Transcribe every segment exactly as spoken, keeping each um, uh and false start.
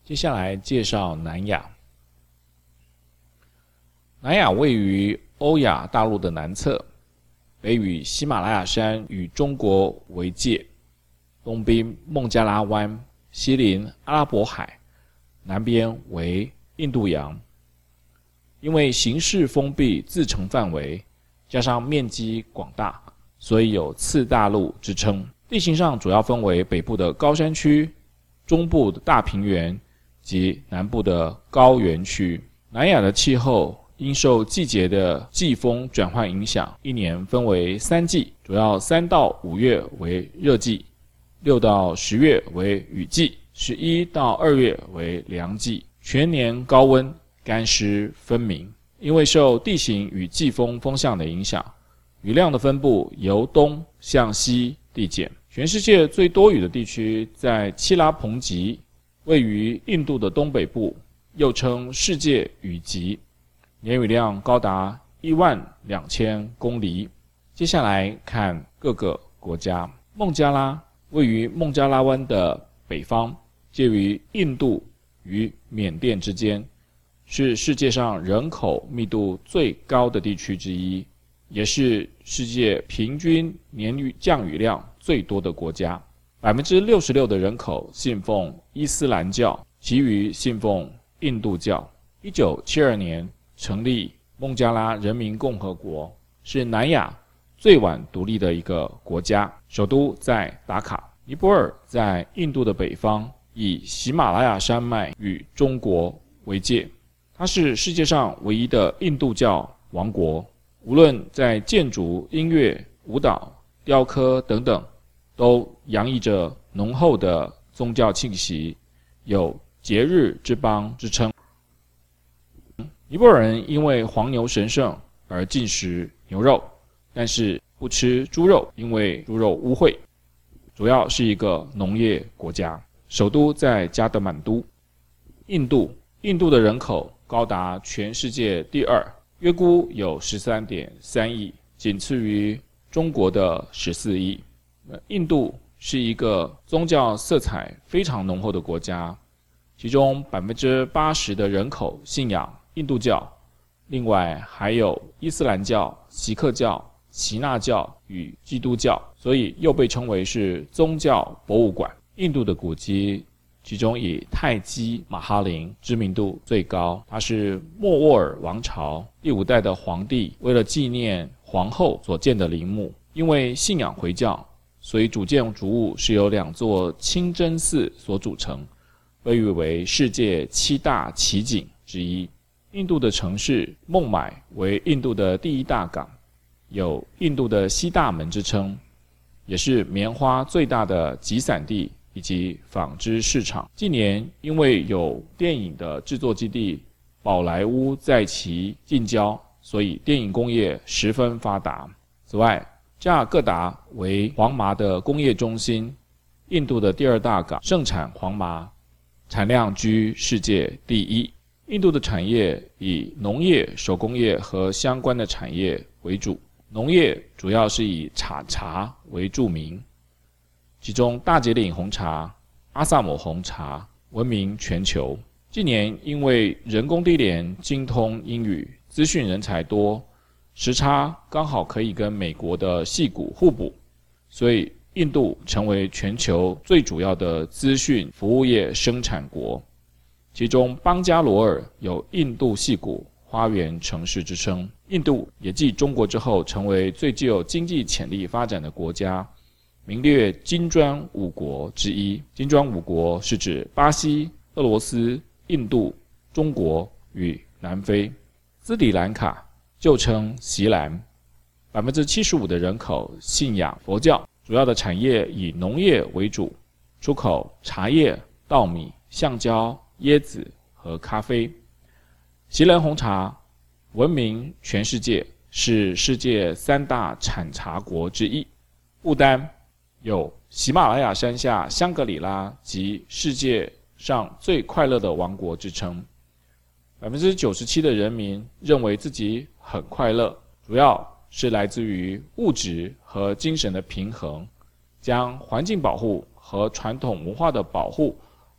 接下来介绍南亚。南亚位于欧亚大陆的南侧，北与喜马拉雅山与中国为界，东濒孟加拉湾，西临阿拉伯海，南边为印度洋。因为形势封闭自成范围，加上面积广大，所以有次大陆之称。地形上主要分为北部的高山区、中部的大平原及南部的高原区。南亚的气候因受季节的季风转换影响，一年分为三季，主要三到五月为热季，六到十月为雨季，十一到二月为凉季。全年高温，干湿分明。因为受地形与季风风向的影响，雨量的分布由东向西递减。全世界最多雨的地区在七拉蓬吉，位于印度的东北部，又称世界雨极，年雨量高达一万两千公厘。接下来看各个国家。孟加拉位于孟加拉湾的北方，介于印度与缅甸之间，是世界上人口密度最高的地区之一，也是世界平均年雨降雨量最多的国家。百分之六十六的人口信奉伊斯兰教，其余信奉印度教。一九七二年成立孟加拉人民共和国，是南亚最晚独立的一个国家，首都在达卡。尼泊尔在印度的北方，以喜马拉雅山脉与中国为界，它是世界上唯一的印度教王国。无论在建筑、音乐、舞蹈、雕刻等等，都洋溢着浓厚的宗教气息，有节日之邦之称。尼泊尔人因为黄牛神圣而禁食牛肉，但是不吃猪肉，因为猪肉污秽。主要是一个农业国家，首都在加德满都。印度，印度的人口高达全世界第二，约估有 十三点三亿，仅次于中国的十四亿。印度是一个宗教色彩非常浓厚的国家，其中 百分之八十 的人口信仰印度教，另外还有伊斯兰教、锡克教、耆那教与基督教，所以又被称为是宗教博物馆。印度的古迹其中以泰姬玛哈陵知名度最高，它是莫卧儿王朝第五代的皇帝为了纪念皇后所建的陵墓。因为信仰回教，所以主建筑物是由两座清真寺所组成，被誉为世界七大奇景之一。印度的城市孟买为印度的第一大港，有印度的西大门之称，也是棉花最大的集散地以及纺织市场。近年因为有电影的制作基地宝莱坞在其近郊，所以电影工业十分发达。此外，加尔各答为黄麻的工业中心，印度的第二大港，盛产黄麻，产量居世界第一。印度的产业以农业、手工业和相关的产业为主，农业主要是以产茶为著名，其中大吉岭红茶、阿萨姆红茶闻名全球。近年因为人工低廉、精通英语、资讯人才多，时差刚好可以跟美国的矽谷互补，所以印度成为全球最主要的资讯服务业生产国。其中邦加罗尔有印度矽谷花园城市之称。印度也继中国之后成为最具有经济潜力发展的国家，名列金砖五国之一。金砖五国是指巴西、俄罗斯、印度、中国与南非。斯里兰卡旧称锡兰， 百分之七十五 的人口信仰佛教，主要的产业以农业为主，出口茶叶、稻米、橡胶、椰子和咖啡。锡兰红茶闻名全世界，是世界三大产茶国之一。不丹有喜马拉雅山下香格里拉及世界上最快乐的王国之称， 百分之九十七 的人民认为自己很快乐，主要是来自于物质和精神的平衡，将环境保护和传统文化的保护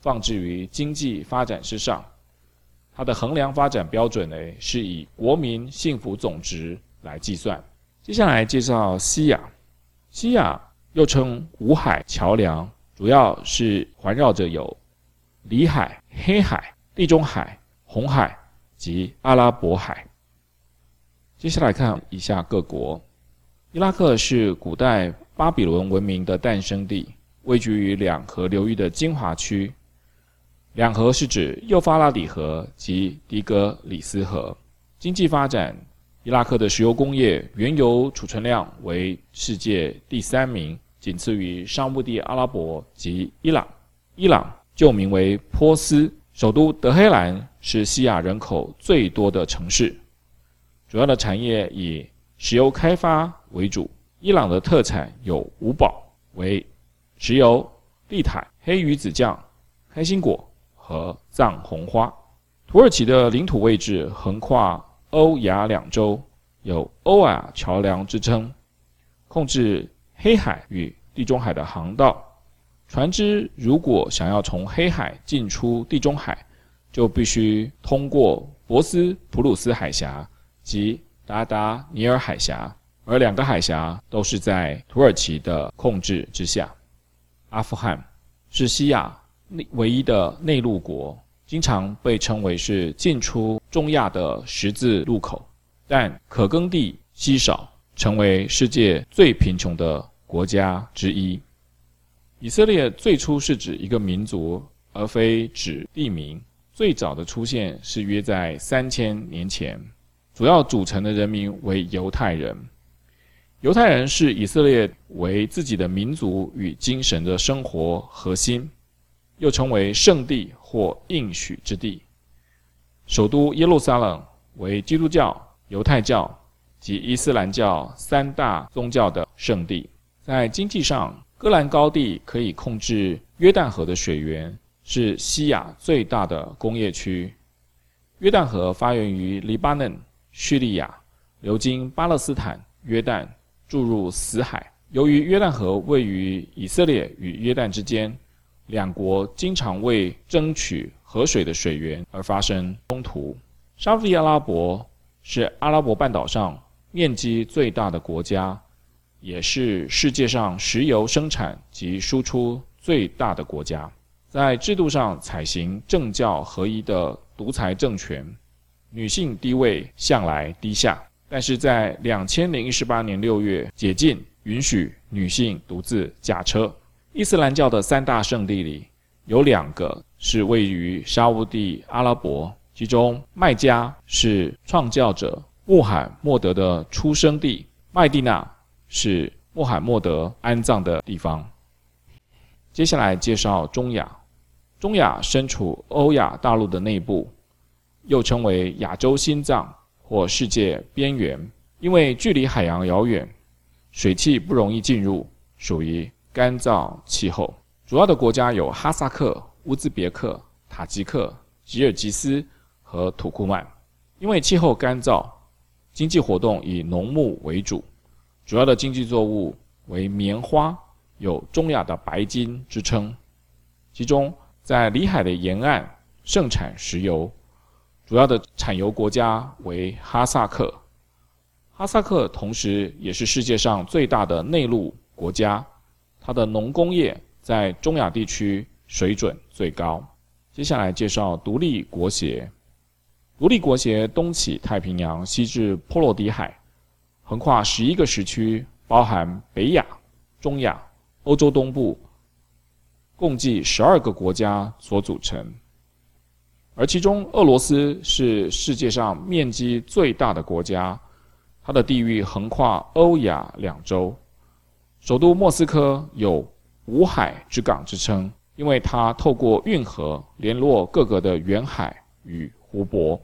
放置于经济发展之上。它的衡量发展标准呢，是以国民幸福总值来计算。接下来介绍西亚，西亚又称五海桥梁，主要是环绕着有里海、黑海、地中海、红海及阿拉伯海。接下来看以下各国。伊拉克是古代巴比伦文明的诞生地，位居于两河流域的精华区。两河是指幼发拉底河及底格里斯河。经济发展，伊拉克的石油工业原油储存量为世界第三名，仅次于沙烏地阿拉伯及伊朗。伊朗旧名为波斯，首都德黑兰是西亚人口最多的城市，主要的产业以石油开发为主。伊朗的特产有五宝，为石油、地毯、黑鱼子酱、开心果和藏红花。土耳其的领土位置横跨欧亚两洲，有欧亚桥梁之称，控制黑海与地中海的航道。船只如果想要从黑海进出地中海，就必须通过博斯普鲁斯海峡及达达尼尔海峡，而两个海峡都是在土耳其的控制之下。阿富汗是西亚唯一的内陆国，经常被称为是进出中亚的十字路口，但可耕地稀少，成为世界最贫穷的国家之一。以色列最初是指一个民族，而非指地名。最早的出现是约在三千年前，主要组成的人民为犹太人。犹太人视以色列为自己的民族与精神的生活核心，又称为圣地或应许之地。首都耶路撒冷为基督教、犹太教及伊斯兰教三大宗教的圣地。在经济上，戈兰高地可以控制约旦河的水源，是西亚最大的工业区。约旦河发源于黎巴嫩、叙利亚，流经巴勒斯坦、约旦，注入死海。由于约旦河位于以色列与约旦之间，两国经常为争取河水的水源而发生冲突。沙烏地阿拉伯是阿拉伯半岛上面积最大的国家，也是世界上石油生产及输出最大的国家。在制度上采行政教合一的独裁政权，女性地位向来低下，但是在两千零一十八年六月解禁，允许女性独自驾车。伊斯兰教的三大圣地里，有两个是位于沙烏地阿拉伯，其中麦加是创教者穆罕默德的出生地，麦地那是穆罕默德安葬的地方。接下来介绍中亚。中亚身处欧亚大陆的内部，又称为亚洲心脏或世界边缘，因为距离海洋遥远，水汽不容易进入，属于干燥气候。主要的国家有哈萨克、乌兹别克、塔吉克、吉尔吉斯和土库曼。因为气候干燥，经济活动以农牧为主，主要的经济作物为棉花，有中亚的白金之称。其中在里海的沿岸盛产石油，主要的产油国家为哈萨克。哈萨克同时也是世界上最大的内陆国家，它的农工业在中亚地区水准最高。接下来介绍独立国协。独立国协东起太平洋，西至波罗的海，横跨十一个时区，包含北亚、中亚、欧洲东部，共计十二个国家所组成。而其中俄罗斯是世界上面积最大的国家，它的地域横跨欧亚两洲。首都莫斯科有五海之港之称，因为它透过运河联络各个的远海与湖泊。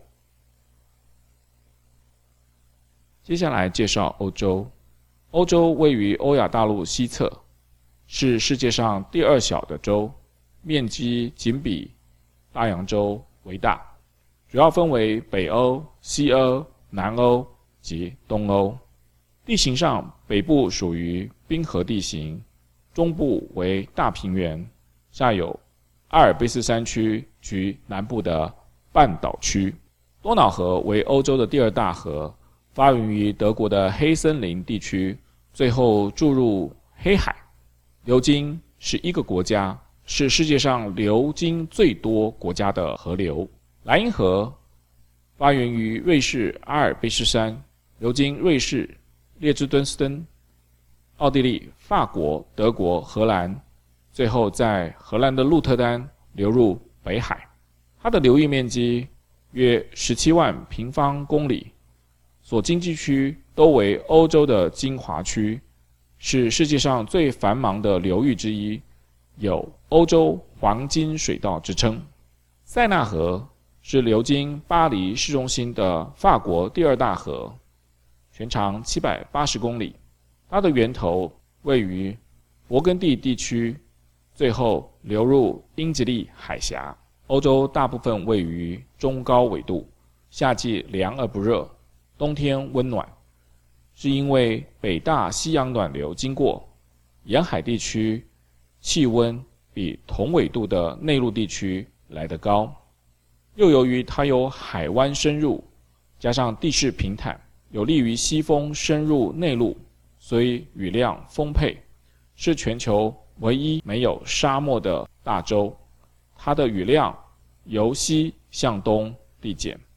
接下来介绍欧洲。欧洲位于欧亚大陆西侧，是世界上第二小的洲，面积仅比大洋洲为大，主要分为北欧、西欧、南欧及东欧。地形上，北部属于冰河地形，中部为大平原，下有阿尔卑斯山区及南部的半岛区。多瑙河为欧洲的第二大河，发源于德国的黑森林地区，最后注入黑海，流经十一个国家，是世界上流经最多国家的河流。莱茵河发源于瑞士阿尔卑斯山，流经瑞士、列支敦斯登、奥地利、法国、德国、荷兰，最后在荷兰的鹿特丹流入北海。它的流域面积约十七万平方公里，所经济区都为欧洲的精华区，是世界上最繁忙的流域之一，有欧洲黄金水道之称。塞纳河是流经巴黎市中心的法国第二大河，全长七百八十公里，它的源头位于勃艮第地区，最后流入英吉利海峡。欧洲大部分位于中高纬度，夏季凉而不热，冬天温暖，是因为北大西洋暖流经过，沿海地区气温比同纬度的内陆地区来得高，又由于它有海湾深入，加上地势平坦，有利于西风深入内陆，所以雨量丰沛，是全球唯一没有沙漠的大洲。它的雨量由西向东递减。